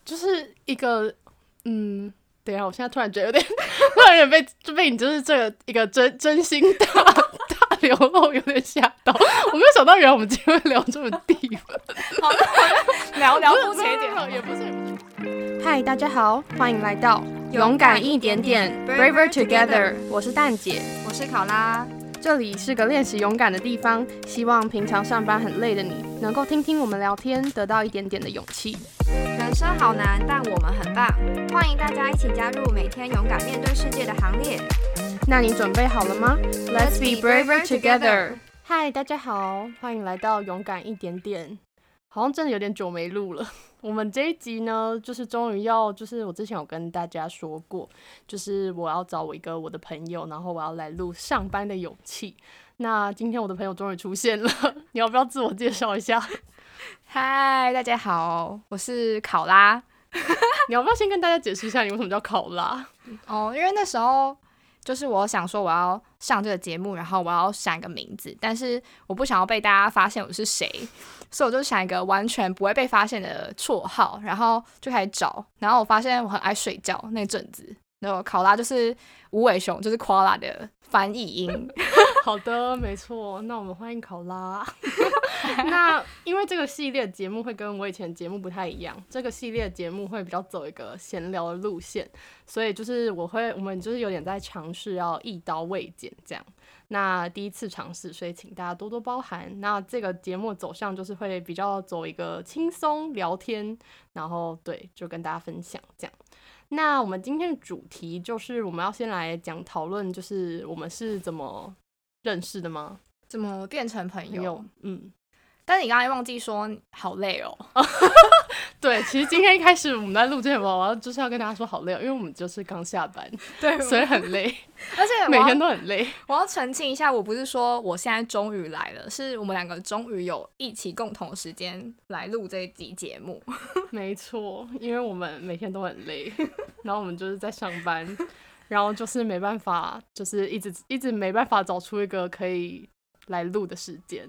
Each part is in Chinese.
就是一个等一下，我现在突然觉得突然有点被你就是这个一个真心大流露有点吓到，我没有想到原来我们今天会聊这么地方。 好的，聊肤浅一点， 也不是。 嗨，大家好，欢迎来到勇敢一点点 Braver Together， 我是蛋姐， 我是考拉。 这里是个练习勇敢的地方，希望平常上班很累的你能够听听我们聊天，得到一点点的勇气。 人生好难，但我们很棒，欢迎大家一起加入每天勇敢面对世界的行列。 那你准备好了吗？ Let's be braver together。 嗨，大家好，欢迎来到勇敢一点点。好像真的有点久没录了。我们这一集呢，就是终于要，就是我之前有跟大家说过，就是我要找我的朋友，然后我要来录上班的勇气。那今天我的朋友终于出现了，你要不要自我介绍一下？ 嗨，大家好，我是考拉。 你要不要先跟大家解释一下你为什么叫考拉？ 因为那时候就是我想说我要上这个节目，然后我要想一个名字，但是我不想要被大家发现我是谁，所以我就想一个完全不会被发现的绰号，然后就开始找，然后我发现我很爱睡觉那阵子，然后考拉就是无尾熊，就是夸拉的翻译音。 好的，没错，那我们欢迎考拉。那因为这个系列节目会跟我以前的节目不太一样，这个系列节目会比较走一个闲聊的路线，所以就是我们就是有点在尝试要一刀未剪这样。那第一次尝试，所以请大家多多包涵。那这个节目走向就是会比较走一个轻松聊天，然后对，就跟大家分享这样。那我们今天的主题就是我们要先来讨论，就是我们是怎么认识的吗？ 怎么变成朋友？但是你刚才忘记说好累哦。 对，其实今天一开始我们在录之前，我就是要跟大家说好累哦，因为我们就是刚下班， 对， 所以很累， 而且每天都很累。 我要澄清一下，我不是说我现在终于来了，是我们两个终于有一起共同时间来录这一集节目。 没错，因为我们每天都很累，然后我们就是在上班，然后就是没办法，就是一直没办法找出一个可以来录的时间。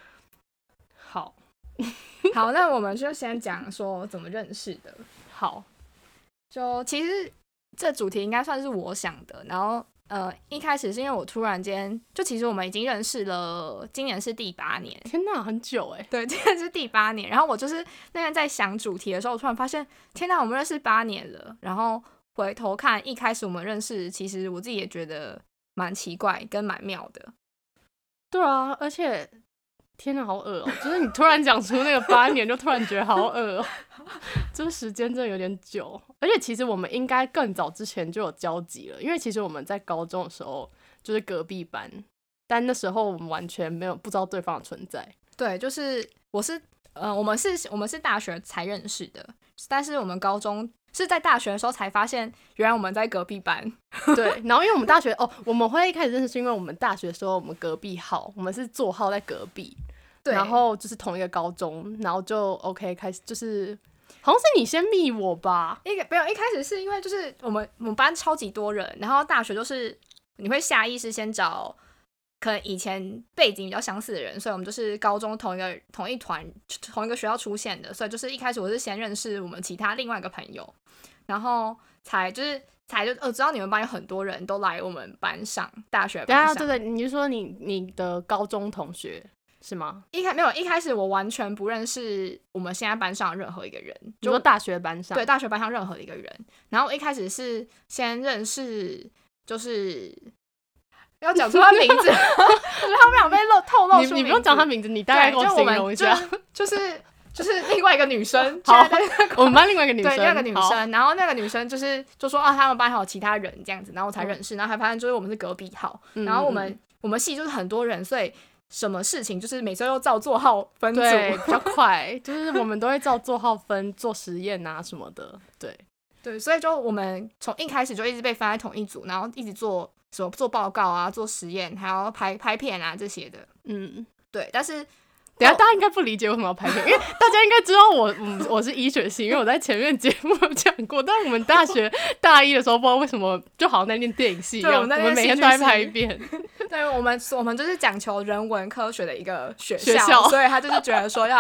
好，那我们就先讲说怎么认识的。 好， 就其实这主题应该算是我想的，然后一开始是因为我突然间就其实我们已经认识了，今年是第8年。 天哪，很久欸。 对，今年是第8年。然后我就是那天在想主题的时候，我突然发现，天哪，我们认识8年了。然后回头看一开始我们认识，其实我自己也觉得蛮奇怪跟蛮妙的。 对啊，而且天哪，好恶哦！就是你突然讲出那个8年，就突然觉得好恶哦。这个时间真的有点久，而且其实我们应该更早之前就有交集了，因为其实我们在高中的时候就是隔壁班，但那时候我们完全不知道对方的存在。 对，就是我们是大学才认识的，但是我们高中是在大学的时候才发现，原来我们在隔壁班。 对，然后因为我们大学我们会一开始认识是因为我们大学的时候我们隔壁号，我们是座号在隔壁， 对， 然后就是同一个高中，然后就 OK 开始就是好像是你先密我吧？ 没有，一开始是因为就是我们班超级多人，然后大学就是你会下意识先找可能以前背景比较相似的人，所以我们就是高中同一团同一个学校出现的，所以就是一开始我是先认识我们其他另外一个朋友，然后才知道你们班有很多人都来我们班上，大学班上。 对，你是说你的高中同学是吗？ 没有，一开始我完全不认识我们现在班上的任何一个人。 你说大学班上？ 对，大学班上任何一个人。然后我一开始是先认识，就是要讲出他名字，他不想被透露出名字。 你不用讲他名字，你大概给我形容一下。 就是另外一个女生， 好，我们班另外一个女生， 对，另外一个女生，然后那个女生就说他们班还有其他人这样子，然后我才认识，然后还发现就是我们是隔壁号，然后我们系就是很多人，所以什么事情就是每周又照座号分组， 对，比较快，就是我们都会照座号分做实验啊什么的， 对，所以就我们从一开始就一直被分在同一组，然后一直做报告啊，做实验，还要拍片啊这些的，对，但是。 等一下大家应该不理解为什么要拍片，因为大家应该知道我是医学系，因为我在前面节目有讲过。但我们大学大一的时候，不知道为什么就好像在念电影系一样，我们每天都在拍片。 对，我们就是讲求人文科学的一个学校，所以他就是觉得说要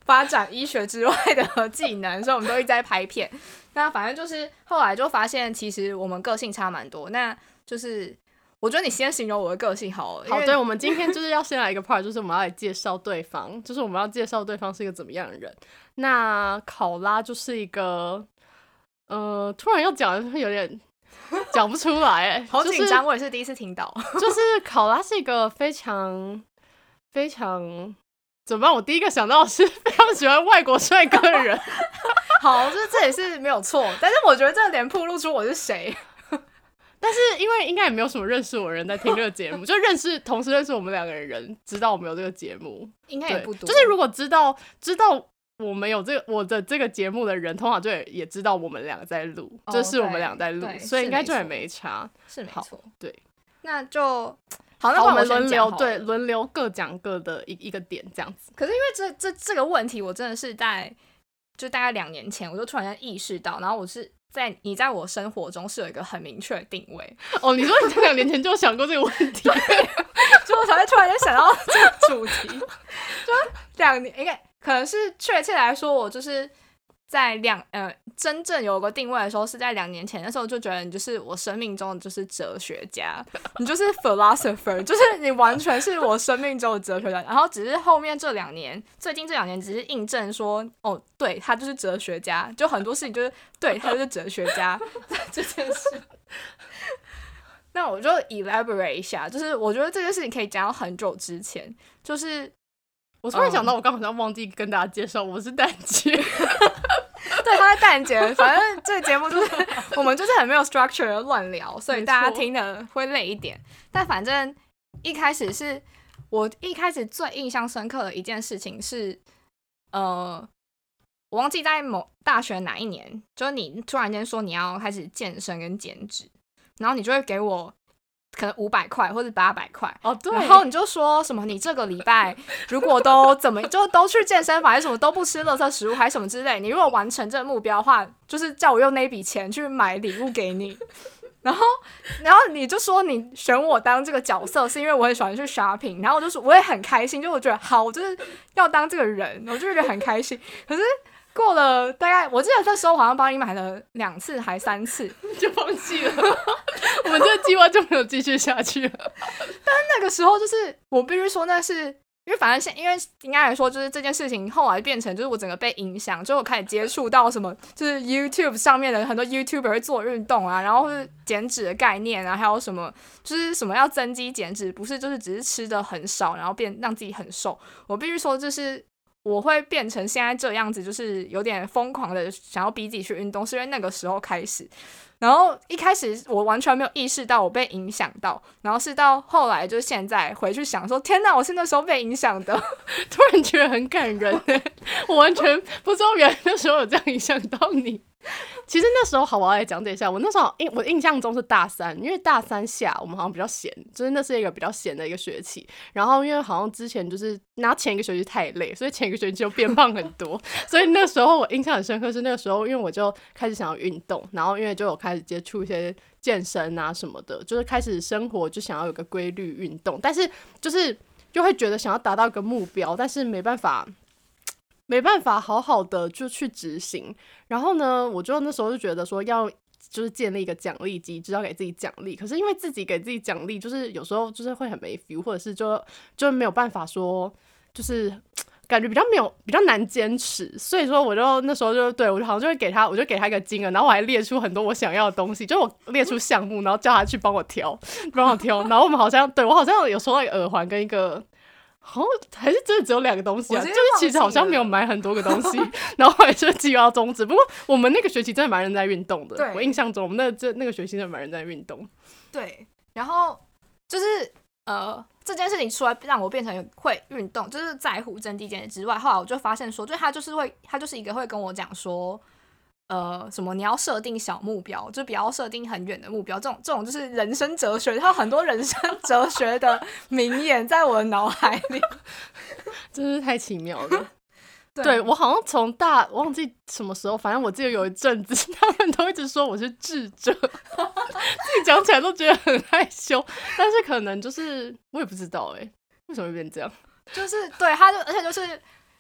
发展医学之外的技能，所以我们都一直在拍片。那反正就是后来就发现，其实我们个性差蛮多。那就是我觉得你先形容我的个性好了。 好，对，我们今天就是要先来一个 part， 就是我们要来介绍对方，就是我们要介绍对方是一个怎么样的人。那考拉就是一个，突然要讲有点讲不出来，哎， 好紧张，我也是第一次听到。 就是考拉是一个非常非常怎么办？我第一个想到的是非常喜欢外国帅哥的人。 好，这也是没有错，但是我觉得这点暴露出我是谁。 但是因为应该也没有什么认识我的人在听这个节目，就同时认识我们两个人知道我们有这个节目， 应该也不多。 就是如果知道我们有我的这个节目的人，通常就也知道我们两个在录，就是我们俩在录，所以应该就也没差， 是没错。 对， 那就好， 那我们轮流各讲各的一个点这样子。 可是因为这个问题，我真的是就大概2年前，我就突然间意识到，然后你在我生活中是有一个很明确的定位。 哦，你说你在2年前就有想过这个问题， 所以我才会突然间想到这个主题。就2年，应该可能是确切来说，我就是在真正有个定位的时候是在2年前，那时候就觉得你就是我生命中的就是哲学家，你就是 philosopher， 就是你完全是我生命中的哲学家。然后只是后面最近这2年只是印证说，哦，对，他就是哲学家，就很多事情就是对他就是哲学家这件事。那我就 elaborate 一下，就是我觉得这件事情可以讲到很久之前，就是我突然想到，我刚好像忘记跟大家介绍，我是蛋姐。 对，他是蛋姐。反正这个节目就是我们就是很没有 structure 的乱聊，所以大家听的会累一点。但反正我一开始最印象深刻的一件事情是，我忘记在大学哪一年，就是你突然间说你要开始健身跟减脂，然后你就会给我可能500块或者800块哦，对， 然后你就说什么你这个礼拜如果都都去健身房还是什么都不吃垃圾食物还是什么之类，你如果完成这个目标的话，就是叫我用那笔钱去买礼物给你。然后你就说你选我当这个角色是因为我很喜欢去 shopping， 然后我就说我也很开心，就我觉得好，我就是要当这个人，我就觉得很开心。可是过了大概，我记得那时候好像帮你买了2次还3次， 就放弃了。我们这个计划就没有继续下去了。 但那个时候就是我必须说，那是因为反正因为应该来说，就是这件事情后来变成就是我整个被影响，就我开始接触到什么，就是 YouTube 上面的很多 YouTuber 会做运动啊，然后是减脂的概念啊，还有什么就是什么要增肌减脂，不是就是只是吃的很少，然后让自己很瘦。我必须说，就是我会变成现在这样子，就是有点疯狂的想要逼自己去运动，是因为那个时候开始。然后一开始我完全没有意识到我被影响到，然后是到后来就是现在回去想说，天哪，我是那时候被影响的， 突然觉得很感人耶。我完全不知道原来那时候有这样影响到你。其实那时候好，我要来讲解一下。我那时候我印象中是大3，因为大3下我们好像比较闲，就是那是一个比较闲的一个学期。然后因为好像之前就是前一个学期太累，所以前一个学期就变胖很多。所以那时候我印象很深刻是那个时候，因为我就开始想要运动，然后因为就有开始接触一些健身啊什么的，就是开始生活就想要有个规律运动，但是就是就会觉得想要达到一个目标，但是没办法好好的就去执行。然后呢，我就那时候就觉得说要就是建立一个奖励机制，要给自己奖励。可是因为自己给自己奖励，就是有时候就是会很没 feel， 或者是就没有办法说，就是感觉比较难坚持。所以说我就那时候就对我好像就会给他一个金额，然后我还列出很多我想要的东西，就我列出项目，然后叫他去帮我挑。然后我们好像我好像有收到一个耳环跟一个。好像还是真的只有2个东西啊，就是其实好像没有买很多个东西，然后后来就计划要终止。不过我们那个学期真的蛮认真在运动的，我印象中我们那个学期真的蛮认真在运动。 对，然后就是这件事情除了让我变成会运动，就是在乎增肌减脂之外，后来我就发现说，就是他就是一个会跟我讲说。什么你要设定小目标，就不要设定很远的目标，这种就是人生哲学，它有很多人生哲学的名言在我的脑海里， 真是太奇妙了。对，我好像忘记什么时候，反正我记得有一阵子他们都一直说我是智者，自己讲起来都觉得很害羞，但是可能就是我也不知道为什么会变这样， 就是对他而且就是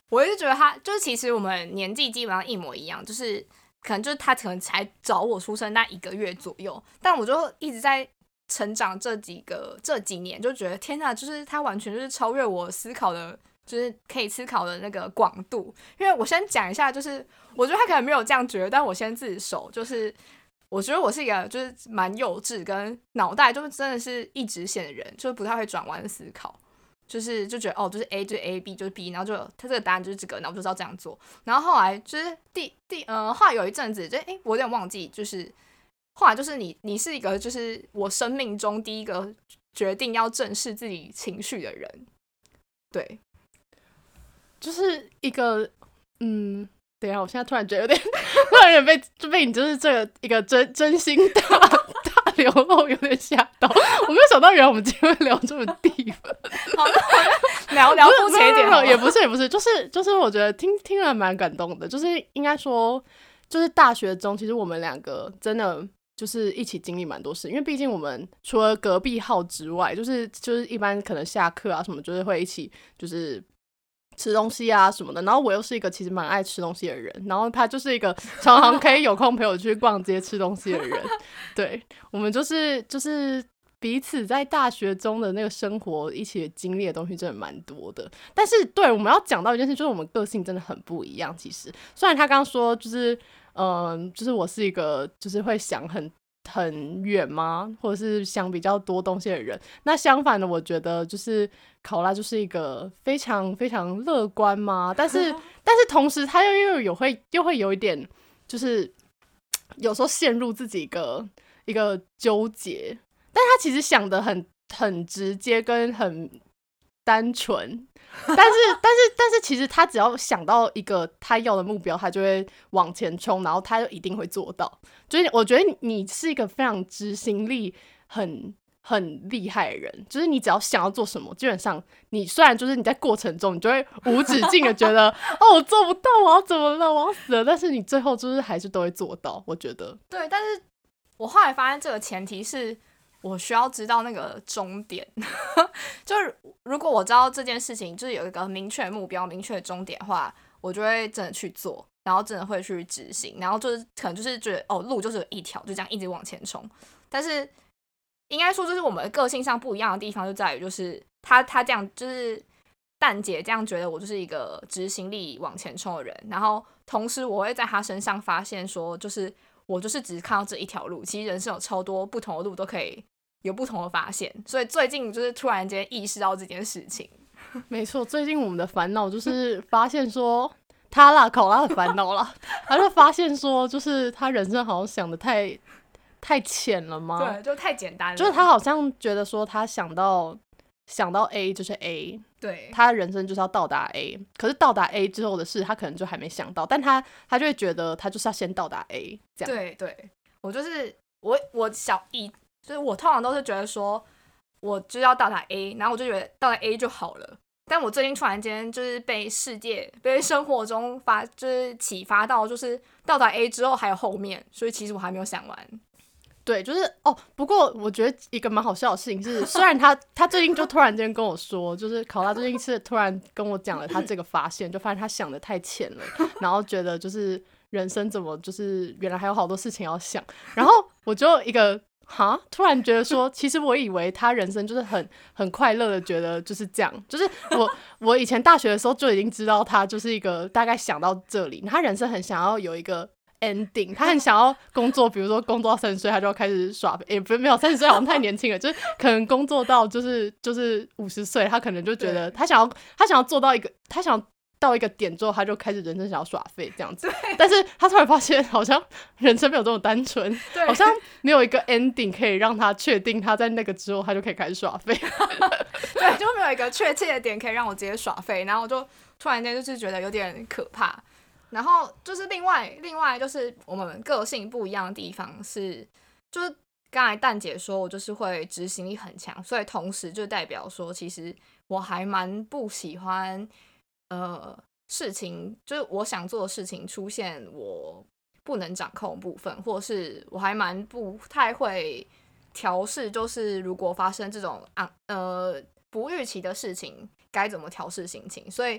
我就觉得他就是其实我们年纪基本上一模一样，就是可能就是他可能才早我出生那1个月左右，但我就一直在成长这几年，就觉得天哪，就是他完全就是超越我思考的，就是可以思考的那个广度。因为我先讲一下，就是我觉得他可能没有这样觉得，但我先自首，就是我觉得我是一个就是蛮幼稚跟脑袋就是真的是一直线的人，就是不太会转弯思考。就觉得就是 A 就是 A，B 就是 B， 然后就他这个答案就是这个，然后我就知道这样做。然后后来就是后来有一阵子，就我有点忘记，就是后来就是你是一个就是我生命中第一个决定要正视自己情绪的人，对， 就是一个等一下，我现在突然觉得突然有点被你就是这个一个真心大流露有点吓到，我没有想到原来我们今天会聊这么地方。 好的，聊肤浅一点， 也不是，就是我觉得听了蛮感动的，就是应该说，就是大学中其实我们两个真的就是一起经历蛮多事，因为毕竟我们除了隔壁号之外，就是一般可能下课啊什么，就是会一起就是吃东西啊什么的，然后我又是一个其实蛮爱吃东西的人，然后他就是一个常常可以有空陪我去逛街吃东西的人。对，我们就是彼此在大学中的那个生活一起经历的东西真的蛮多的。但是对，我们要讲到一件事，就是我们个性真的很不一样。其实虽然他刚刚说就是我是一个就是会想很远吗，或者是想比较多东西的人，那相反的我觉得就是考拉就是一个非常非常乐观嘛，但是同时他又会有一点就是有时候陷入自己一个纠结，但他其实想的很直接跟很单纯，但是其实他只要想到一个他要的目标，他就会往前冲，然后他就一定会做到。就是我觉得你是一个非常执行力很厉害的人，就是你只要想要做什么，基本上你虽然就是你在过程中你就会无止境的觉得哦我做不到，我要怎么了，我要死了，但是你最后就是还是都会做到。我觉得对，但是我后来发现这个前提是我需要知道那个终点就是如果我知道这件事情就是有一个明确的目标明确的终点的话，我就会真的去做，然后真的会去执行，然后就是可能就是觉得哦路就是有一条，就这样一直往前冲。但是应该说就是我们的个性上不一样的地方就在于就是他这样就是蛋姐这样觉得我就是一个执行力往前冲的人，然后同时我会在他身上发现说就是我就是只看到这一条路，其实人生有超多不同的路都可以有不同的发现，所以最近就是突然间意识到这件事情。 没错，最近我们的烦恼就是发现说他啦，考拉的烦恼啦，他就发现说就是他人生好像想的太浅了吗？ 对，就太简单了， 就是他好像觉得说他想到 A 就是 A， 对， 他人生就是要到达 A， 可是到达 A 之后的事他可能就还没想到，但他就会觉得他就是要先到达 A 这样。 对对，我就是我就是我通常都是觉得说我就是要到达 A， 然后我就觉得到达 A 就好了，但我最近突然间就是被生活中就是启发到，就是到达 A 之后还有后面，所以其实我还没有想完。 对，就是不过我觉得一个蛮好笑的事情是，虽然他最近就突然间跟我说，就是考拉最近是突然跟我讲了他这个发现，就发现他想的太浅了，然后觉得就是人生怎么就是原来还有好多事情要想，然后我就一个突然觉得说，其实我以为他人生就是很快乐的，觉得就是这样，就是我以前大学的时候就已经知道他就是一个大概想到这里，他人生很想要有一个ending， 他很想要工作，比如说工作到30岁他就要开始耍，不是没有30岁好像太年轻了，就是可能工作到就是50岁，他可能就觉得他想要做到一个，他想要到一个点之后，他就开始人生想要耍废这样子。但是他突然发现，好像人生没有这么单纯，好像没有一个 ending 可以让他确定他在那个之后，他就可以开始耍废。 对，就没有一个确切的点可以让我直接耍废，然后我就突然间就是觉得有点可怕。然后就是另外就是我们个性不一样的地方是，就是刚才蛋姐说我就是会执行力很强，所以同时就代表说其实我还蛮不喜欢事情，就是我想做的事情出现我不能掌控的部分，或是我还蛮不太会调试，就是如果发生这种不预期的事情该怎么调试心情，所以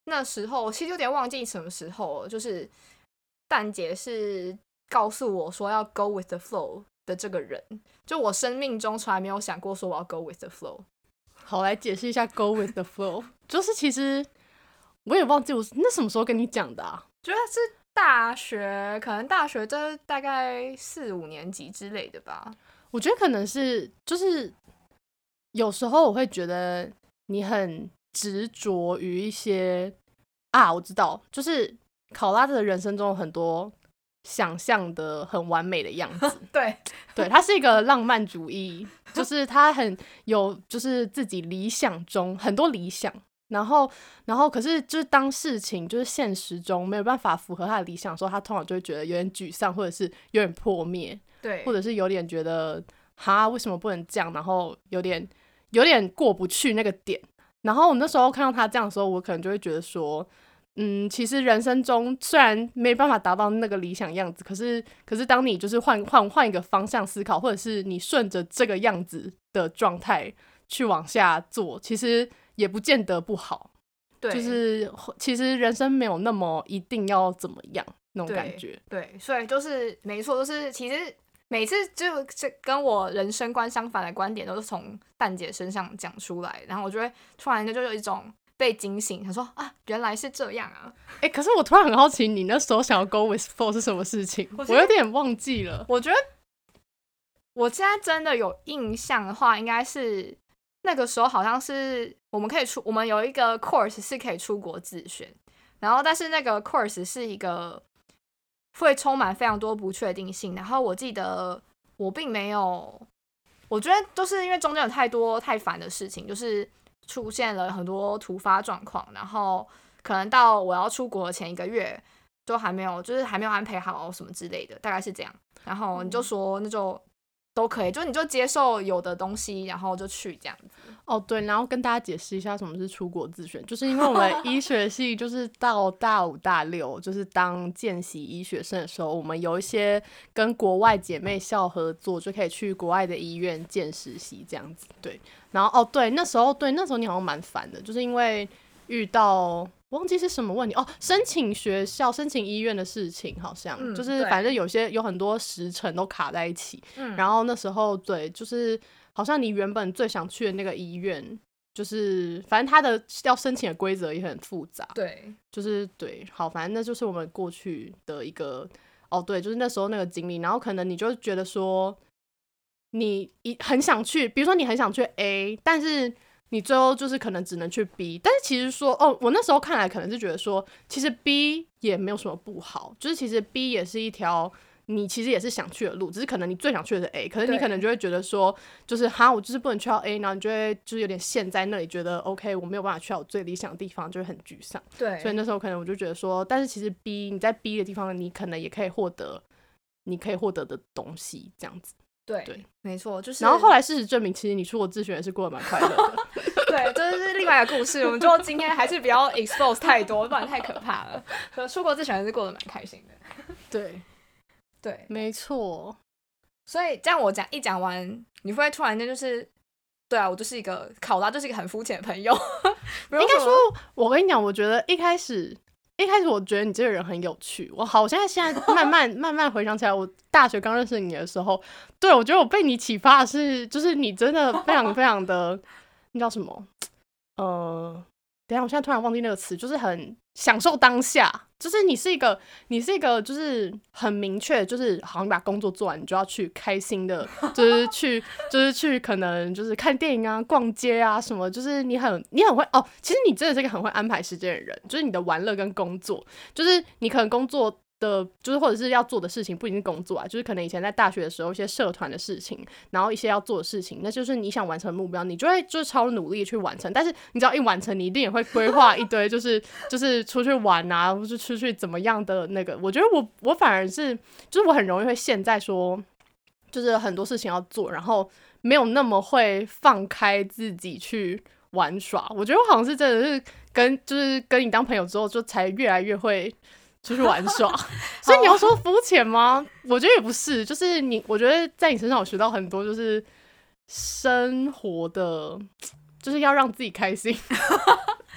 那时候我其实有点忘记什么时候了，就是蛋姐是告诉我说要 go with the flow 的这个人，就我生命中从来没有想过说我要 go with the flow。 好，来解释一下 go with the flow， 就是其实我也忘记我那什么时候跟你讲的啊？ 觉得是大学，可能大学这大概4、5年级之类的吧。 我觉得可能是就是有时候我会觉得你很执着于一些我知道，就是考拉的人生中有很多想象的很完美的样子。对，他是一个浪漫主义，就是他很有就是自己理想中很多理想，然后可是就是当事情就是现实中没有办法符合他的理想的时候，他通常就会觉得有点沮丧，或者是有点破灭， 对， 或者是有点觉得为什么不能这样，然后有点过不去那个点。然后我那时候看到他这样的时候，我可能就会觉得说其实人生中虽然没办法达到那个理想样子，可是当你就是换一个方向思考，或者是你顺着这个样子的状态去往下做，其实也不见得不好。 对， 就是其实人生没有那么一定要怎么样那种感觉。 对，所以就是没错，就是其实每次就是跟我人生观相反的观点都是从蛋姐身上讲出来，然后我就会突然就有一种被惊醒，想说原来是这样啊！ 可是我突然很好奇，你那时候想要 go with flow 是什么事情？我有点忘记了。 我觉得我现在真的有印象的话，应该是那个时候好像是我们有一个 course 是可以出国自选，然后但是那个 course 是一个会充满非常多不确定性，然后我记得我并没有，我觉得都是因为中间有太多太烦的事情，就是出现了很多突发状况，然后可能到我要出国的前1个月都还没有安排好什么之类的，大概是这样。然后你就说那就都可以，就你就接受有的东西，然后就去这样子。 对，然后跟大家解释一下什么是出国自选，就是因为我们医学系就是到大5、大6，就是当见习医学生的时候，我们有一些跟国外姐妹校合作，就可以去国外的医院见实习这样子。对，然后对，那时候你好像蛮烦的，就是因为遇到忘记是什么问题申请学校、申请医院的事情，好像、就是反正有很多时程都卡在一起。然后那时候对，就是好像你原本最想去的那个医院，就是反正他的要申请的规则也很复杂。 对， 就是对，好，反正那就是我们过去的一个对，就是那时候那个经历。然后可能你就觉得说，你很想去，比如说你很想去 A， 但是你最后就是可能只能去 B， 但是其实说我那时候看来可能是觉得说，其实 B 也没有什么不好，就是其实 B 也是一条你其实也是想去的路，只是可能你最想去的是 A， 可是你可能就会觉得说，就是我就是不能去到 A， 然后你就会就是有点陷在那里，觉得 OK 我没有办法去到我最理想的地方，就会很沮丧。 对， 所以那时候可能我就觉得说，但是其实 B 你在 B 的地方，你可能也可以获得你可以获得的东西，这样子。 对，没错，就是。 然后后来事实证明，其实你出国自选也是过得蛮快乐的。 对，这是另外一个故事。我们就今天还是不要 expose 太多，不然太可怕了。所以出国自选还是过得蛮开心的。对， 没错。 所以这样我一讲完，你会不会突然间就是对啊，我就是一个考拉，就是一个很肤浅的朋友。 应该说，我跟你讲，我觉得一开始我觉得你这个人很有趣。我现在慢慢回想起来，我大学刚认识你的时候，对，我觉得我被你启发的是，就是你真的非常非常的，那叫什么？等一下，我现在突然忘记那个词，就是很享受当下。就是你是一个就是很明确，就是好像你把工作做完，你就要去开心的，就是去可能就是看电影啊、逛街啊什么，就是你很会其实你真的是一个很会安排时间的人，就是你的玩乐跟工作，就是你可能工作的就是或者是要做的事情不一定是工作啊，就是可能以前在大学的时候一些社团的事情，然后一些要做的事情，那就是你想完成的目标，你就会就是超努力去完成。但是你只要一完成，你一定也会规划一堆就是出去玩啊，或是出去怎么样的那个。我觉得我反而是就是我很容易会陷在说就是很多事情要做，然后没有那么会放开自己去玩耍。我觉得我好像是真的是跟你当朋友之后，就才越来越会出去玩耍。所以你要说肤浅吗？我觉得也不是，就是我觉得在你身上我学到很多，就是生活的，就是要让自己开心。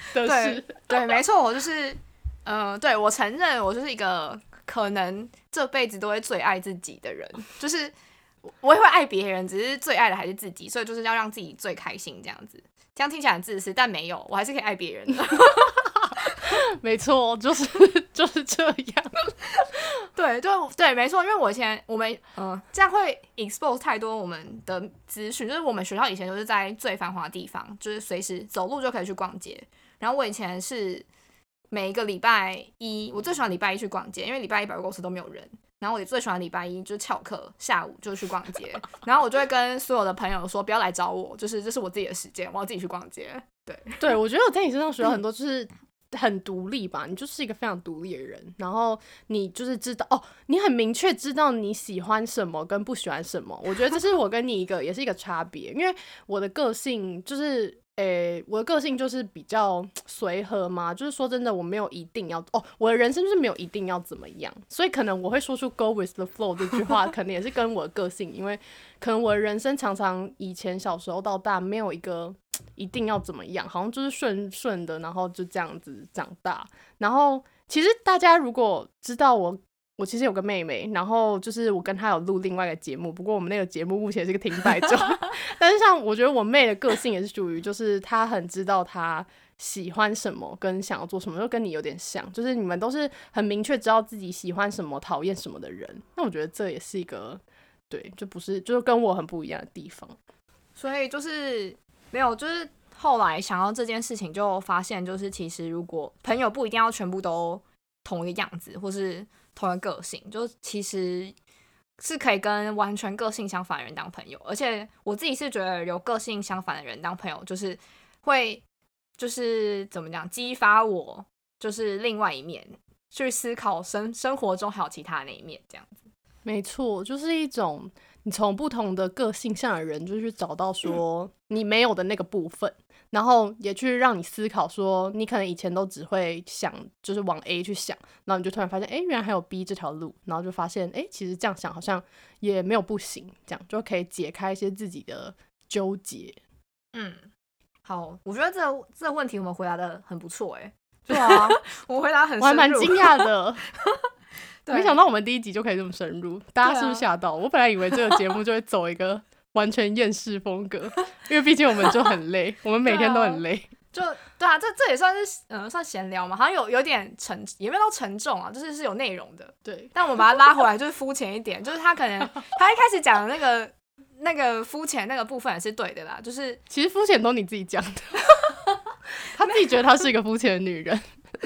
的事。 对，没错，我就是对，我承认我就是一个可能这辈子都会最爱自己的人，就是我也会爱别人，只是最爱的还是自己，所以就是要让自己最开心这样子。这样听起来很自私，但没有，我还是可以爱别人的。 没错，就是这样。 对，没错，因为我们这样会 expose 太多我们的资讯，就是我们学校以前就是在最繁华的地方，就是随时走路就可以去逛街。然后我以前是每一个礼拜一，我最喜欢礼拜一去逛街，因为礼拜一百货公司都没有人。然后我最喜欢礼拜一就是翘课，下午就去逛街。然后我就会跟所有的朋友说，不要来找我，就是这是我自己的时间，我要自己去逛街。 对，我觉得我在你身上学到很多，就是很独立吧，你就是一个非常独立的人，然后你就是知道你很明确知道你喜欢什么跟不喜欢什么。我觉得这是我跟你也是一个差别，因为我的个性就是我的个性就是比较随和嘛，就是说真的，我没有一定要我的人生就是没有一定要怎么样，所以可能我会说出 go with the flow 这句话，可能也是跟我的个性，因为可能我的人生常常以前小时候到大没有一个一定要怎么样，好像就是顺的，然后就这样子长大。然后其实大家如果知道我其实有个妹妹，然后就是我跟她有录另外一个节目，不过我们那个节目目前是个停摆中。但是像我觉得我妹的个性也是属于，就是她很知道她喜欢什么跟想要做什么，就跟你有点像，就是你们都是很明确知道自己喜欢什么讨厌什么的人。那我觉得这也是一个对，就是跟我很不一样的地方。 所以就是没有，就是后来想到这件事情，就发现就是其实如果朋友不一定要全部都同一个样子，或是同一个个性，就其实是可以跟完全个性相反的人当朋友。而且我自己是觉得有个性相反的人当朋友，就是会就是怎么讲，激发我就是另外一面，去思考生活中还有其他的那一面，这样子。 没错，就是一种你从不同的个性上的人，就去找到说你没有的那个部分，然后也去让你思考说，你可能以前都只会想就是往 A 去想，然后你就突然发现原来还有 B 这条路，然后就发现其实这样想好像也没有不行，这样就可以解开一些自己的纠结。 好，我觉得这个问题我们回答的很不错。对啊，我回答很深入， 我还蛮惊讶的。没想到我们第一集就可以这么深入，大家是不是吓到？我本来以为这个节目就会走一个完全厌世风格，因为毕竟我们就很累，我们每天都很累。 就对啊，这也算是算闲聊嘛，好像有点也没有到沉重啊，就是有内容的。 对， 但我们把它拉回来，就是肤浅一点，就是他可能他一开始讲的那个肤浅那个部分也是对的啦，就是其实肤浅都你自己讲的，他自己觉得他是一个肤浅的女人，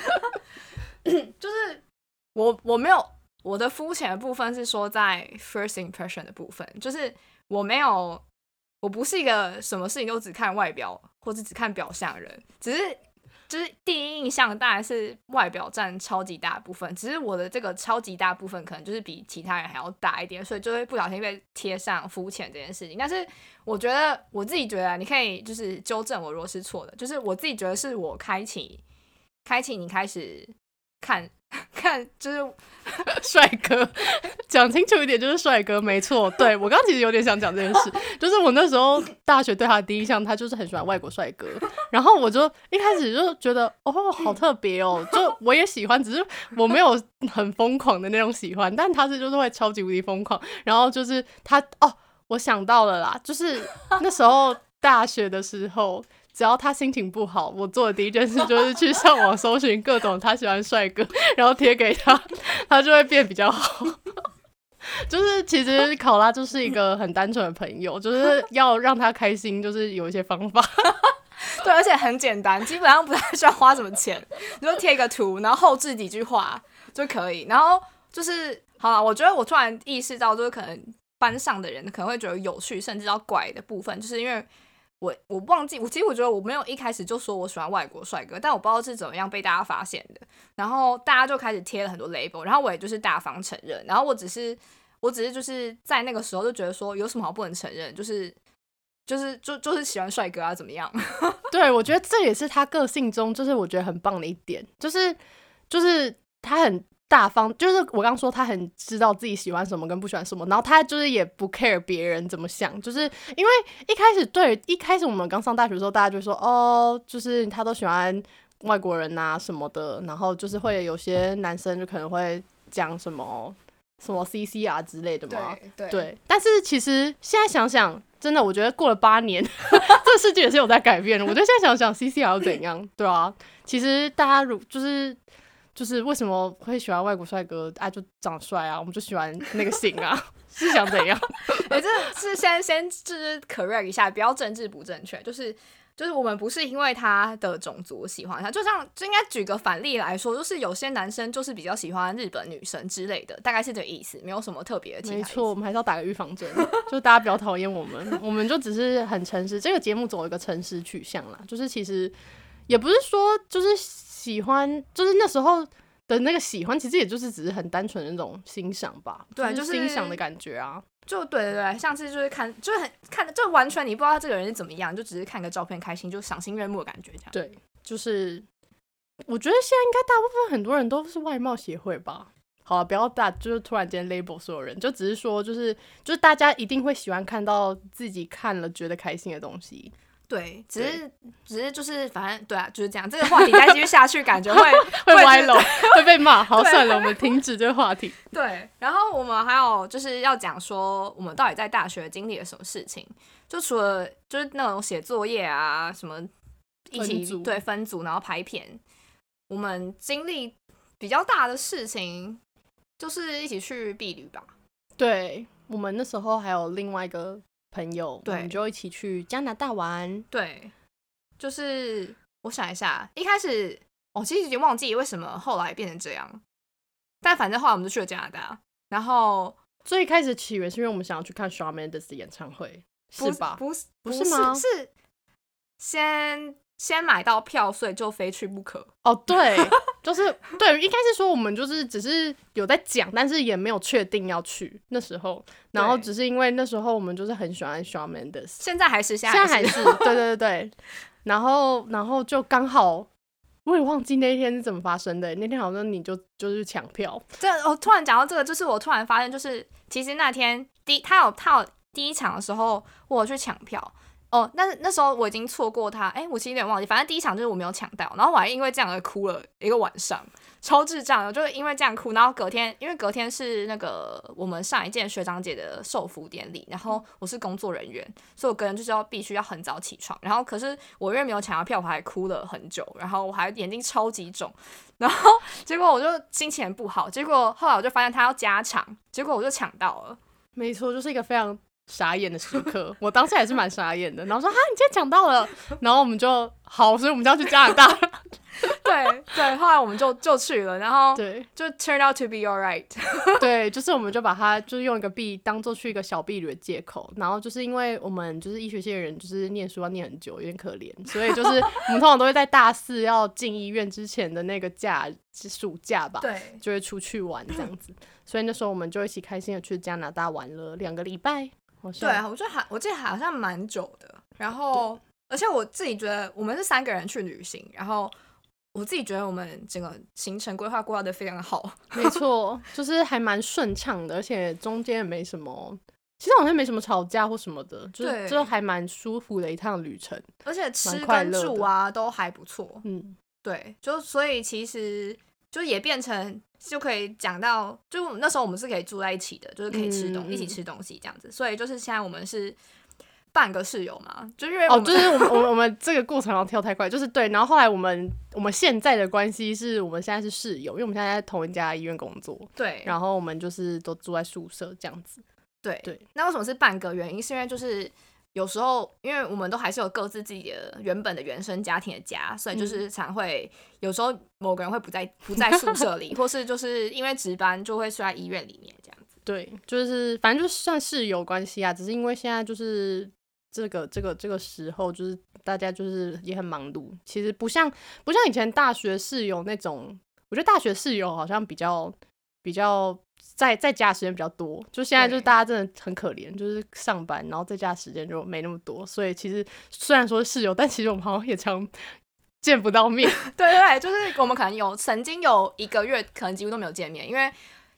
就是我没有我的肤浅的部分是说在 first impression 的部分，就是我不是一个什么事情都只看外表或者只看表象的人，只是就是第一印象当然是外表占超级大的部分，只是我的这个超级大部分可能就是比其他人还要大一点，所以就会不小心被贴上肤浅这件事情。但是我自己觉得你可以就是纠正我如果是错的，就是我自己觉得是我开启你开始看就是帅哥，讲清楚一点，就是帅哥，没错。对，我刚刚其实有点想讲这件事，就是我那时候大学对他的第一印象，他就是很喜欢外国帅哥，然后我就一开始就觉得好特别哦，就我也喜欢，只是我没有很疯狂的那种喜欢，但他就是会超级无敌疯狂，然后就是他我想到了啦，就是那时候大学的时候。只要他心情不好，我做的第一件事就是去上网搜寻各种他喜欢帅哥，然后贴给他，他就会变比较好。就是其实考拉就是一个很单纯的朋友，就是要让他开心，就是有一些方法。 对，而且很简单，基本上不太需要花什么钱，你就贴一个图，然后后置几句话就可以。然后就是好了，我觉得我突然意识到，就是可能班上的人可能会觉得有趣，甚至要怪的部分，就是因为。我忘记，其实我觉得我没有一开始就说我喜欢外国帅哥，但我不知道是怎么样被大家发现的，然后大家就开始贴了很多 label， 然后我也就是大方承认，然后我只是就是在那个时候就觉得说有什么好不能承认，就是喜欢帅哥啊怎么样？ 对，我觉得这也是他个性中就是我觉得很棒的一点，就是他很大方，就是我刚说他很知道自己喜欢什么跟不喜欢什么，然后他就是也不 care 别人怎么想，就是因为一开始我们刚上大学的时候，大家就说就是他都喜欢外国人啊什么的，然后就是会有些男生就可能会讲什么 CC 啊之类的嘛。对，但是其实现在想想，真的我觉得过了8年，这个世界也是有在改变的。我觉得现在想想 CCR 又怎样，对啊，其实大家就是为什么会喜欢外国帅哥啊？就长帅啊，我们就喜欢那个型啊，是想怎样？ 这是先就是 correct 一下，不要政治不正确，就是我们不是因为他的种族喜欢他，就应该举个反例来说，就是有些男生就是比较喜欢日本女生之类的，大概是这个意思，没有什么特别的其他意思。 没错，我们还是要打个预防针，就大家不要讨厌我们，我们就只是很诚实。这个节目走一个诚实取向啦，就是其实也不是说就是喜欢，就是那时候的那个喜欢，其实也就是只是很单纯的那种欣赏吧， 对， 就是欣赏的感觉啊。 就对，像是就是看，就是很看，就完全你不知道这个人是怎么样，就只是看个照片开心，就赏心悦目的感觉这样。 对，就是我觉得现在应该大部分很多人都是外貌协会吧。好了，不要就是突然间 label 所有人，就只是说就是大家一定会喜欢看到自己看了觉得开心的东西。 对，只是就是反正对啊，就是这样。这个话题再继续下去，感觉会歪楼，会被骂。好，算了，我们停止这个话题。 对，然后我们还有就是要讲说，我们到底在大学经历了什么事情？就除了就是那种写作业啊，什么一起分组，然后拍片，我们经历比较大的事情就是一起去毕旅吧。 对，我们那时候还有另外一个朋友，我们就一起去加拿大玩。 对，就是我想一下，一开始我其实已经忘记为什么后来变成这样，但反正后来我们就去了加拿大。然后最一开始起源是因为我们想要去看 Shawn Mendes 的演唱会，是吧？ 不是吗？ 是先买到票，所以就非去不可。 哦，对，就是对，应该是说我们就是只是有在讲，但是也没有确定要去那时候，然后只是因为那时候我们就是很喜欢 Shawn Mendes， 现在还是， 对，然后就刚好。我也忘记那天是怎么发生的，那天好像你就是抢票。 我突然讲到这个，就是我突然发现，就是其实那天他有第一场的时候，我有去抢票。但是那时候我已经错过他，我其实有点忘记，反正第一场就是我没有抢到，然后我还因为这样而哭了一个晚上，超智障的，就是因为这样哭，然后因为隔天是那个我们上一届学长姐的授服典礼，然后我是工作人员，所以我个人就是必须要很早起床，然后可是我因为没有抢到票，我还哭了很久，然后我还眼睛超级肿，然后结果我就心情很不好，结果后来我就发现他要加场，结果我就抢到了。 没错，就是一个非常傻眼的时刻，我当时也是蛮傻眼的，然后说哈，你今天抢到了，然后我们就好，所以我们就要去加拿大。 对，后来我们就去了，然后对， 就 turn out to be alright。 对，就是我们就把它就是用一个当做去一个小避旅的借口，然后就是因为我们就是医学系的人，就是念书要念很久，有点可怜，所以就是我们通常都会在大4要进医院之前的那个暑假吧， 对， 就会出去玩这样子，所以那时候我们就一起开心的去加拿大玩了2个礼拜。 对啊，我记得好像蛮久的，然后而且我自己觉得我们是3个人去旅行，然后我自己觉得我们整个行程规划得非常好。 没错，就是还蛮顺畅的，而且中间也没什么，其实好像没什么吵架或什么的，就还蛮舒服的一趟旅程， 而且吃跟住啊都还不错。对，就所以其实就也变成就可以讲到，就那时候我们是可以住在一起的，就是可以一起吃东西这样子，所以就是现在我们是半个室友嘛，就因为就是我们这个过程要跳太快，就是对，然后后来我们现在的关系是我们现在是室友，因为我们现在在同一家医院工作， 对， 然后我们就是都住在宿舍这样子， 对，那为什么是半个原因？是因为就是有时候，因为我们都还是有各自自己的原本的原生家庭的家，所以就是常会有时候某个人会不在宿舍里，或是就是因为值班就会睡在医院里面这样子。对， 就是反正就算室友关系啊，只是因为现在就是这个时候，就是大家就是也很忙碌，其实不像以前大学室友那种，我觉得大学室友好像比较在家时间比较多，就现在就是大家真的很可怜，就是上班然后在家时间就没那么多，所以其实虽然说是室友，但其实我们好像也常见不到面。 对，就是我们可能曾经有1个月可能几乎都没有见面，因为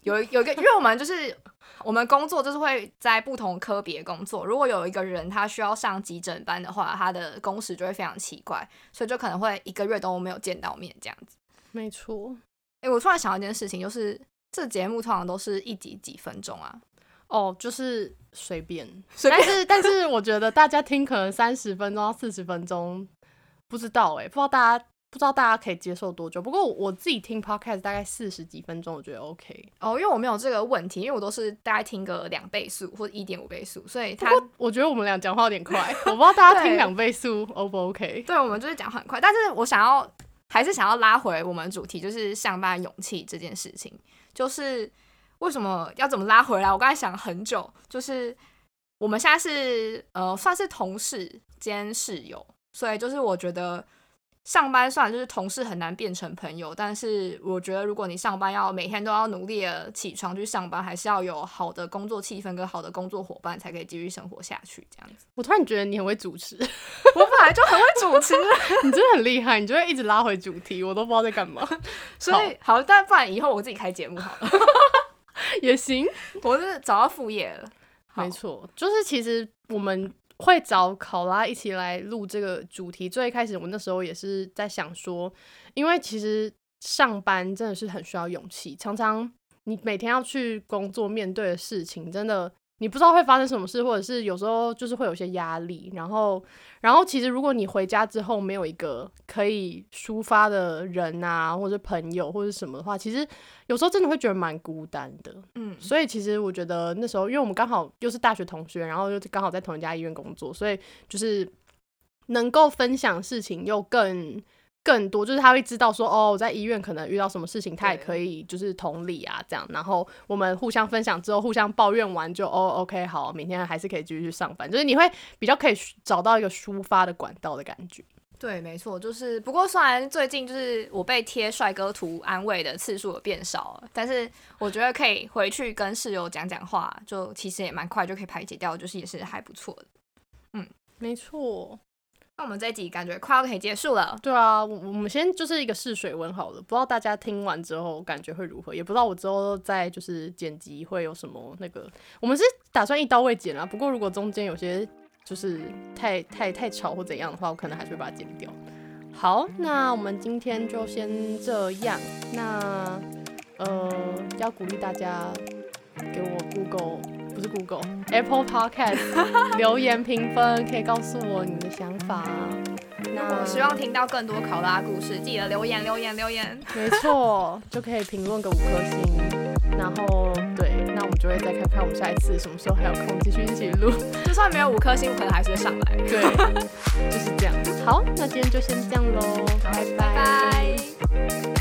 有一个，因为我们工作就是会在不同科别工作，如果有一个人他需要上急诊班的话，他的工时就会非常奇怪，所以就可能会1个月都没有见到面这样子。 没错。 我突然想到一件事情，就是这节目通常都是一集几分钟啊？ 就是随便，但是我觉得大家听可能30分钟到40分钟，不知道不知道大家可以接受多久。不过我自己听 podcast 大概40几分钟，我觉得 OK。 因为我没有这个问题，因为我都是大概听个2倍速或者1.5倍速，所以我觉得我们俩讲话有点快，我不知道大家听2倍速 O 不 OK？ 对，我们就是讲话很快，但是我还是想要拉回我们主题，就是上班勇气这件事情，就是为什么要怎么拉回来？我刚才想很久，就是我们现在是算是同事兼室友，所以就是我觉得上班虽然就是同事很难变成朋友，但是我觉得如果你上班要每天都要努力的起床去上班，还是要有好的工作气氛跟好的工作伙伴才可以继续生活下去这样子。 我突然觉得你很会主持， 我本来就很会主持你真的很厉害，你就会一直拉回主题，我都不知道在干嘛。 所以好，但不然以后我自己开节目好了也行， 我是找到副业了。 没错，就是其实我们会找考拉一起来录这个主题，最一开始我那时候也是在想说，因为其实上班真的是很需要勇气，常常你每天要去工作面对的事情，真的你不知道会发生什么事，或者是有时候就是会有些压力，然后其实如果你回家之后没有一个可以抒发的人啊，或者朋友或者什么的话，其实有时候真的会觉得蛮孤单的。所以其实我觉得那时候因为我们刚好又是大学同学，然后又刚好在同一家医院工作，所以就是能够分享事情又更多，就是他会知道说我在医院可能遇到什么事情，他也可以就是同理啊这样，然后我们互相分享之后互相抱怨完就OK 好，明天还是可以继续去上班，就是你会比较可以找到一个抒发的管道的感觉。 对，没错，就是不过虽然最近就是我被贴帅哥图安慰的次数有变少了，但是我觉得可以回去跟室友讲话，就其实也蛮快就可以排解掉，就是也是还不错的。 没错。 那我们这一集感觉快要可以结束了。 对啊，我们先就是一个试水温好了，不知道大家听完之后感觉会如何，也不知道我之后再就是剪辑会有什么那个，我们是打算一刀未剪啦，不过如果中间有些就是太吵或怎样的话，我可能还是会把它剪掉。好，那我们今天就先这样。那要鼓励大家给我Apple Podcast 留言评分，可以告诉我你的想法。 那我希望听到更多考拉故事，记得留言。 没错，就可以评论个5颗星。然后对，那我们就会再看看我们下一次什么时候还有空继续一起录。 就算没有5颗星，我可能还是会上来。 对，就是这样。好，那今天就先这样咯，拜拜。